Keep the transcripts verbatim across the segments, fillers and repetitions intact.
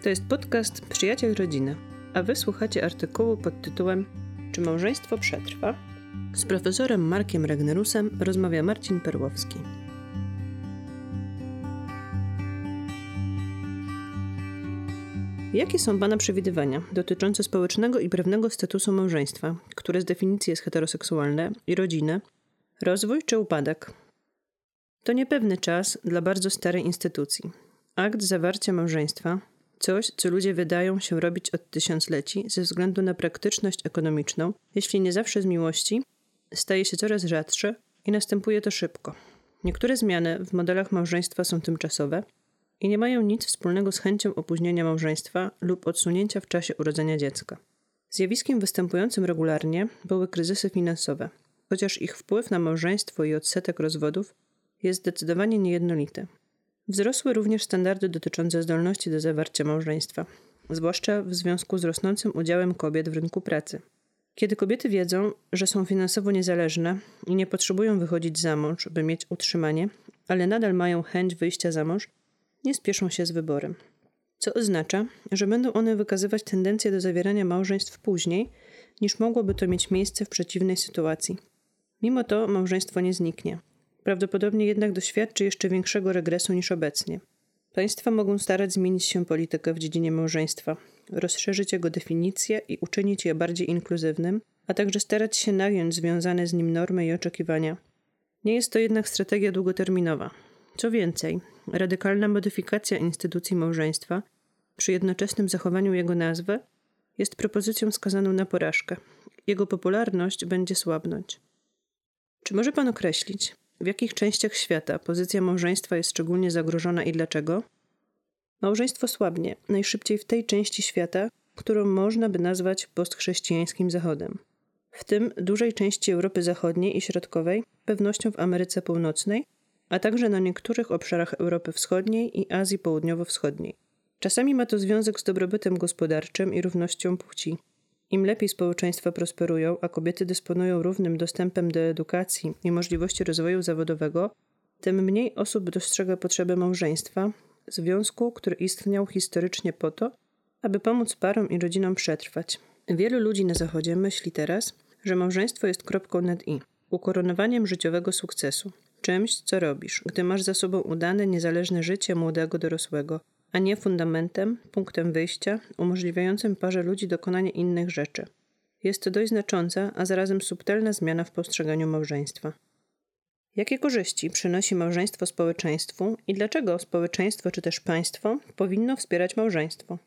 To jest podcast Przyjaciel Rodziny, a wy słuchacie artykułu pod tytułem Czy małżeństwo przetrwa? Z profesorem Markiem Regnerusem rozmawia Marcin Perłowski. Jakie są Pana przewidywania dotyczące społecznego i prawnego statusu małżeństwa, które z definicji jest heteroseksualne, i rodziny, rozwój czy upadek? To niepewny czas dla bardzo starej instytucji. Akt zawarcia małżeństwa, coś, co ludzie wydają się robić od tysiącleci ze względu na praktyczność ekonomiczną, jeśli nie zawsze z miłości, staje się coraz rzadsze i następuje to szybko. Niektóre zmiany w modelach małżeństwa są tymczasowe i nie mają nic wspólnego z chęcią opóźnienia małżeństwa lub odsunięcia w czasie urodzenia dziecka. Zjawiskiem występującym regularnie były kryzysy finansowe, chociaż ich wpływ na małżeństwo i odsetek rozwodów jest zdecydowanie niejednolity. Wzrosły również standardy dotyczące zdolności do zawarcia małżeństwa, zwłaszcza w związku z rosnącym udziałem kobiet w rynku pracy. Kiedy kobiety wiedzą, że są finansowo niezależne i nie potrzebują wychodzić za mąż, by mieć utrzymanie, ale nadal mają chęć wyjścia za mąż, nie spieszą się z wyborem. Co oznacza, że będą one wykazywać tendencję do zawierania małżeństw później, niż mogłoby to mieć miejsce w przeciwnej sytuacji. Mimo to małżeństwo nie zniknie. Prawdopodobnie jednak doświadczy jeszcze większego regresu niż obecnie. Państwa mogą starać zmienić się politykę w dziedzinie małżeństwa, rozszerzyć jego definicję i uczynić je bardziej inkluzywnym, a także starać się nagiąć związane z nim normy i oczekiwania. Nie jest to jednak strategia długoterminowa. Co więcej, radykalna modyfikacja instytucji małżeństwa przy jednoczesnym zachowaniu jego nazwy jest propozycją skazaną na porażkę. Jego popularność będzie słabnąć. Czy może Pan określić, w jakich częściach świata pozycja małżeństwa jest szczególnie zagrożona i dlaczego? Małżeństwo słabnie najszybciej w tej części świata, którą można by nazwać postchrześcijańskim Zachodem. W tym dużej części Europy Zachodniej i Środkowej, pewnością w Ameryce Północnej, a także na niektórych obszarach Europy Wschodniej i Azji Południowo-Wschodniej. Czasami ma to związek z dobrobytem gospodarczym i równością płci. Im lepiej społeczeństwa prosperują, a kobiety dysponują równym dostępem do edukacji i możliwości rozwoju zawodowego, tym mniej osób dostrzega potrzebę małżeństwa, związku, który istniał historycznie po to, aby pomóc parom i rodzinom przetrwać. Wielu ludzi na Zachodzie myśli teraz, że małżeństwo jest kropką nad i, ukoronowaniem życiowego sukcesu, czymś, co robisz, gdy masz za sobą udane, niezależne życie młodego dorosłego, a nie fundamentem, punktem wyjścia, umożliwiającym parze ludzi dokonanie innych rzeczy. Jest to dość znacząca, a zarazem subtelna zmiana w postrzeganiu małżeństwa. Jakie korzyści przynosi małżeństwo społeczeństwu i dlaczego społeczeństwo czy też państwo powinno wspierać małżeństwo?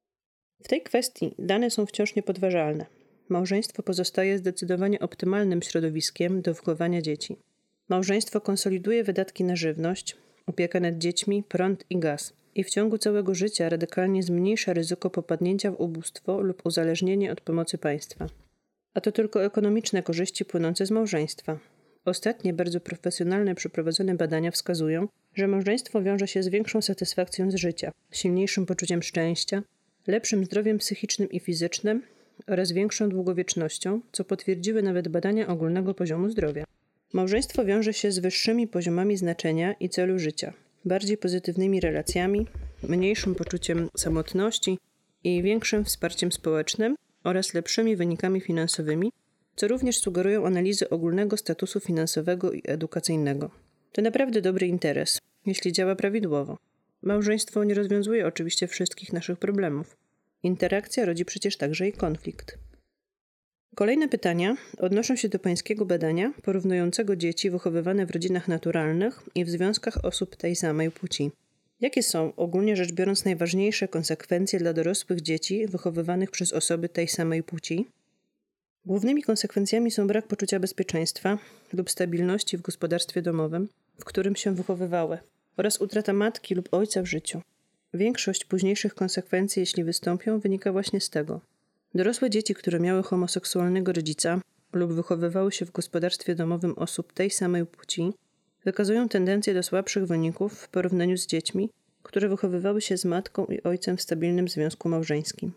W tej kwestii dane są wciąż niepodważalne. Małżeństwo pozostaje zdecydowanie optymalnym środowiskiem do wychowania dzieci. Małżeństwo konsoliduje wydatki na żywność, opiekę nad dziećmi, prąd i gaz i w ciągu całego życia radykalnie zmniejsza ryzyko popadnięcia w ubóstwo lub uzależnienie od pomocy państwa. A to tylko ekonomiczne korzyści płynące z małżeństwa. Ostatnie, bardzo profesjonalne przeprowadzone badania wskazują, że małżeństwo wiąże się z większą satysfakcją z życia, silniejszym poczuciem szczęścia, lepszym zdrowiem psychicznym i fizycznym oraz większą długowiecznością, co potwierdziły nawet badania ogólnego poziomu zdrowia. Małżeństwo wiąże się z wyższymi poziomami znaczenia i celu życia, bardziej pozytywnymi relacjami, mniejszym poczuciem samotności i większym wsparciem społecznym oraz lepszymi wynikami finansowymi, co również sugerują analizy ogólnego statusu finansowego i edukacyjnego. To naprawdę dobry interes, jeśli działa prawidłowo. Małżeństwo nie rozwiązuje oczywiście wszystkich naszych problemów. Interakcja rodzi przecież także i konflikt. Kolejne pytania odnoszą się do pańskiego badania porównującego dzieci wychowywane w rodzinach naturalnych i w związkach osób tej samej płci. Jakie są, ogólnie rzecz biorąc, najważniejsze konsekwencje dla dorosłych dzieci wychowywanych przez osoby tej samej płci? Głównymi konsekwencjami są brak poczucia bezpieczeństwa lub stabilności w gospodarstwie domowym, w którym się wychowywały, oraz utrata matki lub ojca w życiu. Większość późniejszych konsekwencji, jeśli wystąpią, wynika właśnie z tego. Dorosłe dzieci, które miały homoseksualnego rodzica lub wychowywały się w gospodarstwie domowym osób tej samej płci, wykazują tendencję do słabszych wyników w porównaniu z dziećmi, które wychowywały się z matką i ojcem w stabilnym związku małżeńskim.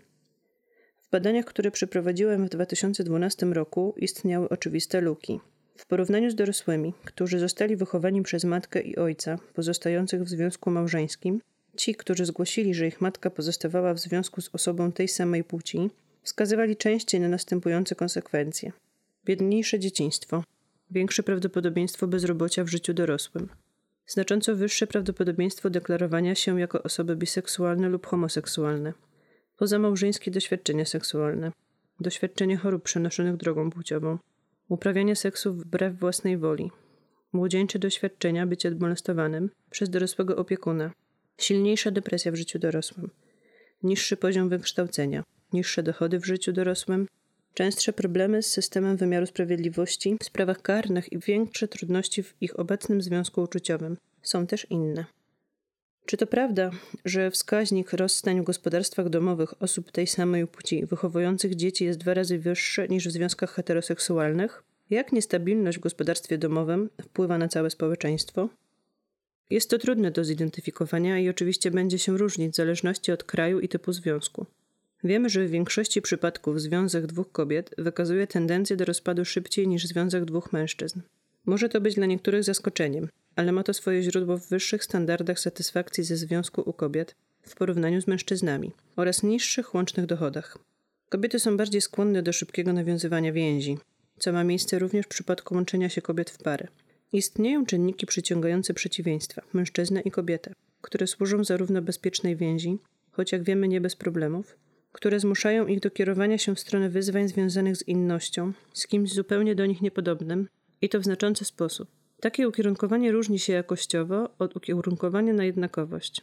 W badaniach, które przeprowadziłem w dwa tysiące dwunastym roku, istniały oczywiste luki. W porównaniu z dorosłymi, którzy zostali wychowani przez matkę i ojca pozostających w związku małżeńskim, Ci, którzy zgłosili, że ich matka pozostawała w związku z osobą tej samej płci, wskazywali częściej na następujące konsekwencje. Biedniejsze dzieciństwo, większe prawdopodobieństwo bezrobocia w życiu dorosłym, znacząco wyższe prawdopodobieństwo deklarowania się jako osoby biseksualne lub homoseksualne, pozamałżeńskie doświadczenia seksualne, doświadczenie chorób przenoszonych drogą płciową, uprawianie seksu wbrew własnej woli, młodzieńcze doświadczenia bycia molestowanym przez dorosłego opiekuna, silniejsza depresja w życiu dorosłym, niższy poziom wykształcenia, niższe dochody w życiu dorosłym, częstsze problemy z systemem wymiaru sprawiedliwości w sprawach karnych i większe trudności w ich obecnym związku uczuciowym. Są też inne. Czy to prawda, że wskaźnik rozstań w gospodarstwach domowych osób tej samej płci wychowujących dzieci jest dwa razy wyższy niż w związkach heteroseksualnych? Jak niestabilność w gospodarstwie domowym wpływa na całe społeczeństwo? Jest to trudne do zidentyfikowania i oczywiście będzie się różnić w zależności od kraju i typu związku. Wiemy, że w większości przypadków związek dwóch kobiet wykazuje tendencję do rozpadu szybciej niż związek dwóch mężczyzn. Może to być dla niektórych zaskoczeniem, ale ma to swoje źródło w wyższych standardach satysfakcji ze związku u kobiet w porównaniu z mężczyznami oraz niższych łącznych dochodach. Kobiety są bardziej skłonne do szybkiego nawiązywania więzi, co ma miejsce również w przypadku łączenia się kobiet w pary. Istnieją czynniki przyciągające przeciwieństwa, mężczyznę i kobietę, które służą zarówno bezpiecznej więzi, choć jak wiemy nie bez problemów, które zmuszają ich do kierowania się w stronę wyzwań związanych z innością, z kimś zupełnie do nich niepodobnym i to w znaczący sposób. Takie ukierunkowanie różni się jakościowo od ukierunkowania na jednakowość.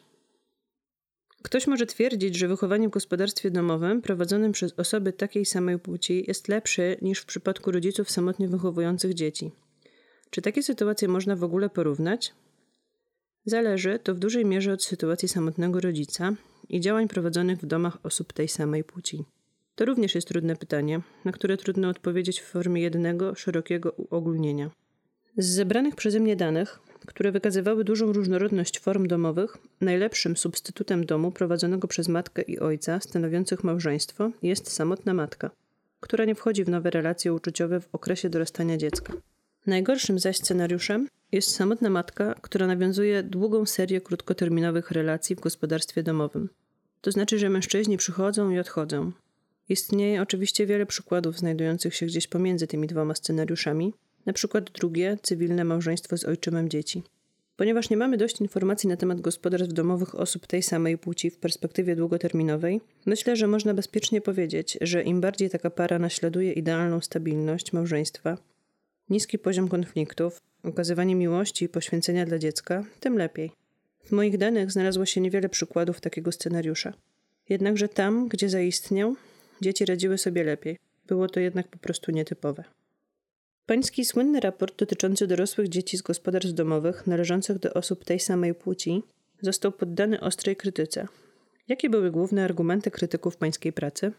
Ktoś może twierdzić, że wychowanie w gospodarstwie domowym prowadzonym przez osoby takiej samej płci jest lepsze niż w przypadku rodziców samotnie wychowujących dzieci. Czy takie sytuacje można w ogóle porównać? Zależy to w dużej mierze od sytuacji samotnego rodzica i działań prowadzonych w domach osób tej samej płci. To również jest trudne pytanie, na które trudno odpowiedzieć w formie jednego, szerokiego uogólnienia. Z zebranych przeze mnie danych, które wykazywały dużą różnorodność form domowych, najlepszym substytutem domu prowadzonego przez matkę i ojca stanowiących małżeństwo jest samotna matka, która nie wchodzi w nowe relacje uczuciowe w okresie dorastania dziecka. Najgorszym zaś scenariuszem jest samotna matka, która nawiązuje długą serię krótkoterminowych relacji w gospodarstwie domowym. To znaczy, że mężczyźni przychodzą i odchodzą. Istnieje oczywiście wiele przykładów znajdujących się gdzieś pomiędzy tymi dwoma scenariuszami, na przykład drugie, cywilne małżeństwo z ojczymem dzieci. Ponieważ nie mamy dość informacji na temat gospodarstw domowych osób tej samej płci w perspektywie długoterminowej, myślę, że można bezpiecznie powiedzieć, że im bardziej taka para naśladuje idealną stabilność małżeństwa, niski poziom konfliktów, okazywanie miłości i poświęcenia dla dziecka, tym lepiej. W moich danych znalazło się niewiele przykładów takiego scenariusza. Jednakże tam, gdzie zaistniał, dzieci radziły sobie lepiej. Było to jednak po prostu nietypowe. Pański słynny raport dotyczący dorosłych dzieci z gospodarstw domowych należących do osób tej samej płci został poddany ostrej krytyce. Jakie były główne argumenty krytyków pańskiej pracy?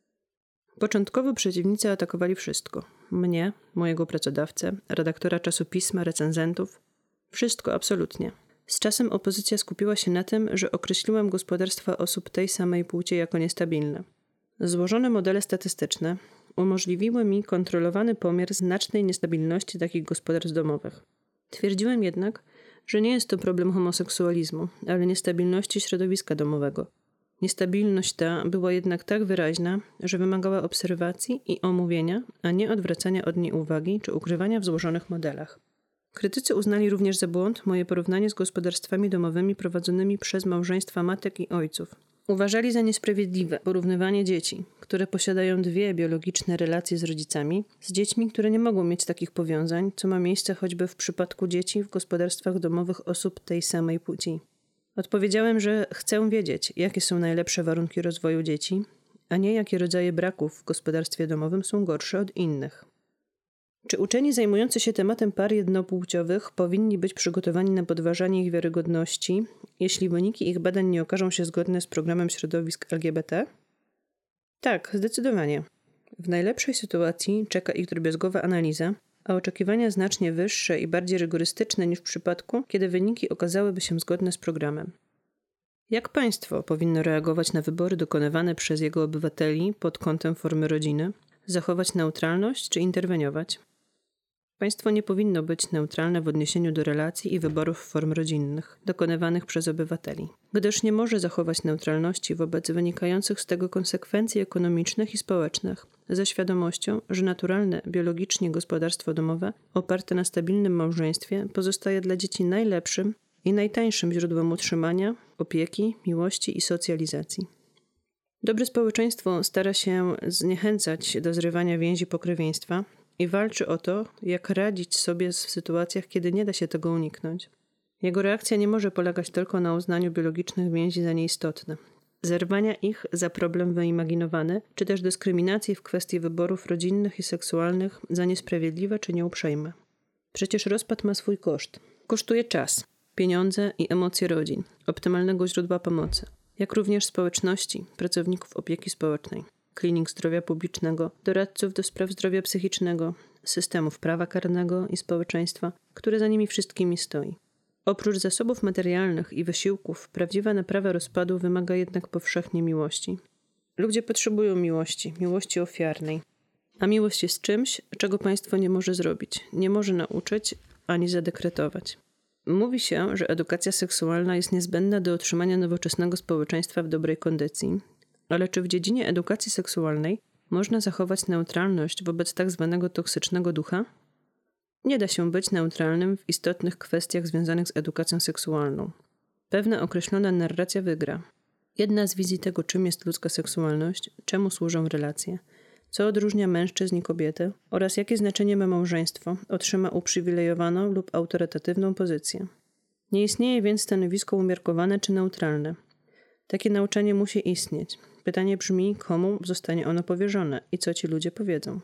Początkowo przeciwnicy atakowali wszystko. Mnie, mojego pracodawcę, redaktora czasopisma, recenzentów. Wszystko, absolutnie. Z czasem opozycja skupiła się na tym, że określiłem gospodarstwa osób tej samej płci jako niestabilne. Złożone modele statystyczne umożliwiły mi kontrolowany pomiar znacznej niestabilności takich gospodarstw domowych. Twierdziłem jednak, że nie jest to problem homoseksualizmu, ale niestabilności środowiska domowego. Niestabilność ta była jednak tak wyraźna, że wymagała obserwacji i omówienia, a nie odwracania od niej uwagi czy ukrywania w złożonych modelach. Krytycy uznali również za błąd moje porównanie z gospodarstwami domowymi prowadzonymi przez małżeństwa matek i ojców. Uważali za niesprawiedliwe porównywanie dzieci, które posiadają dwie biologiczne relacje z rodzicami, z dziećmi, które nie mogą mieć takich powiązań, co ma miejsce choćby w przypadku dzieci w gospodarstwach domowych osób tej samej płci. Odpowiedziałem, że chcę wiedzieć, jakie są najlepsze warunki rozwoju dzieci, a nie jakie rodzaje braków w gospodarstwie domowym są gorsze od innych. Czy uczeni zajmujący się tematem par jednopłciowych powinni być przygotowani na podważanie ich wiarygodności, jeśli wyniki ich badań nie okażą się zgodne z programem środowisk L G B T? Tak, zdecydowanie. W najlepszej sytuacji czeka ich drobiazgowa analiza, a oczekiwania znacznie wyższe i bardziej rygorystyczne niż w przypadku, kiedy wyniki okazałyby się zgodne z programem. Jak państwo powinno reagować na wybory dokonywane przez jego obywateli pod kątem formy rodziny? Zachować neutralność czy interweniować? Państwo nie powinno być neutralne w odniesieniu do relacji i wyborów form rodzinnych, dokonywanych przez obywateli, gdyż nie może zachować neutralności wobec wynikających z tego konsekwencji ekonomicznych i społecznych, ze świadomością, że naturalne, biologicznie gospodarstwo domowe, oparte na stabilnym małżeństwie, pozostaje dla dzieci najlepszym i najtańszym źródłem utrzymania, opieki, miłości i socjalizacji. Dobre społeczeństwo stara się zniechęcać do zrywania więzi pokrewieństwa i walczy o to, jak radzić sobie w sytuacjach, kiedy nie da się tego uniknąć. Jego reakcja nie może polegać tylko na uznaniu biologicznych więzi za nieistotne, zerwania ich za problem wyimaginowany, czy też dyskryminacji w kwestii wyborów rodzinnych i seksualnych za niesprawiedliwe czy nieuprzejme. Przecież rozpad ma swój koszt. Kosztuje czas, pieniądze i emocje rodzin, optymalnego źródła pomocy, jak również społeczności, pracowników opieki społecznej, klinik zdrowia publicznego, doradców do spraw zdrowia psychicznego, systemów prawa karnego i społeczeństwa, które za nimi wszystkimi stoi. Oprócz zasobów materialnych i wysiłków, prawdziwa naprawa rozpadu wymaga jednak powszechnie miłości. Ludzie potrzebują miłości, miłości ofiarnej. A miłość jest czymś, czego państwo nie może zrobić, nie może nauczyć ani zadekretować. Mówi się, że edukacja seksualna jest niezbędna do utrzymania nowoczesnego społeczeństwa w dobrej kondycji. Ale czy w dziedzinie edukacji seksualnej można zachować neutralność wobec tak zwanego toksycznego ducha? Nie da się być neutralnym w istotnych kwestiach związanych z edukacją seksualną. Pewna określona narracja wygra. Jedna z wizji tego, czym jest ludzka seksualność, czemu służą relacje, co odróżnia mężczyzn i kobiety oraz jakie znaczenie ma małżeństwo, otrzyma uprzywilejowaną lub autorytatywną pozycję. Nie istnieje więc stanowisko umiarkowane czy neutralne. Takie nauczanie musi istnieć. Pytanie brzmi, komu zostanie ono powierzone i co ci ludzie powiedzą.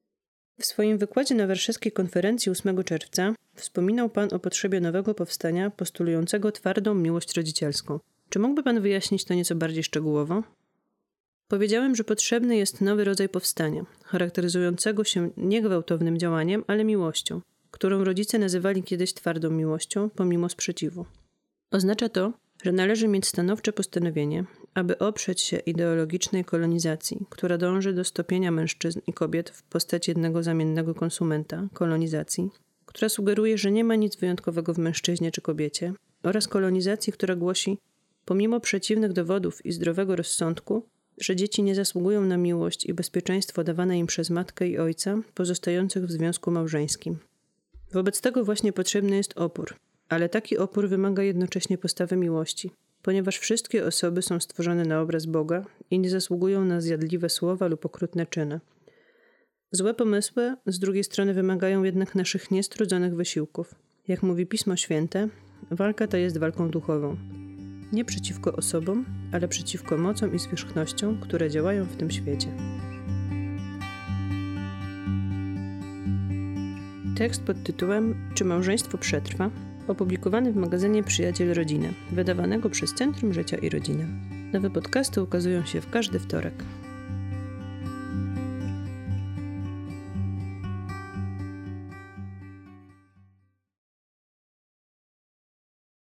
W swoim wykładzie na warszawskiej konferencji ósmego czerwca wspominał Pan o potrzebie nowego powstania postulującego twardą miłość rodzicielską. Czy mógłby Pan wyjaśnić to nieco bardziej szczegółowo? Powiedziałem, że potrzebny jest nowy rodzaj powstania, charakteryzującego się nie gwałtownym działaniem, ale miłością, którą rodzice nazywali kiedyś twardą miłością, pomimo sprzeciwu. Oznacza to, że należy mieć stanowcze postanowienie, aby oprzeć się ideologicznej kolonizacji, która dąży do stopienia mężczyzn i kobiet w postaci jednego zamiennego konsumenta, kolonizacji, która sugeruje, że nie ma nic wyjątkowego w mężczyźnie czy kobiecie, oraz kolonizacji, która głosi, pomimo przeciwnych dowodów i zdrowego rozsądku, że dzieci nie zasługują na miłość i bezpieczeństwo dawane im przez matkę i ojca pozostających w związku małżeńskim. Wobec tego właśnie potrzebny jest opór, ale taki opór wymaga jednocześnie postawy miłości, ponieważ wszystkie osoby są stworzone na obraz Boga i nie zasługują na zjadliwe słowa lub okrutne czyny. Złe pomysły z drugiej strony wymagają jednak naszych niestrudzonych wysiłków. Jak mówi Pismo Święte, walka ta jest walką duchową. Nie przeciwko osobom, ale przeciwko mocom i zwierzchnościom, które działają w tym świecie. Tekst pod tytułem Czy małżeństwo przetrwa? Opublikowany w magazynie Przyjaciel Rodziny, wydawanego przez Centrum Życia i Rodziny. Nowe podcasty ukazują się w każdy wtorek.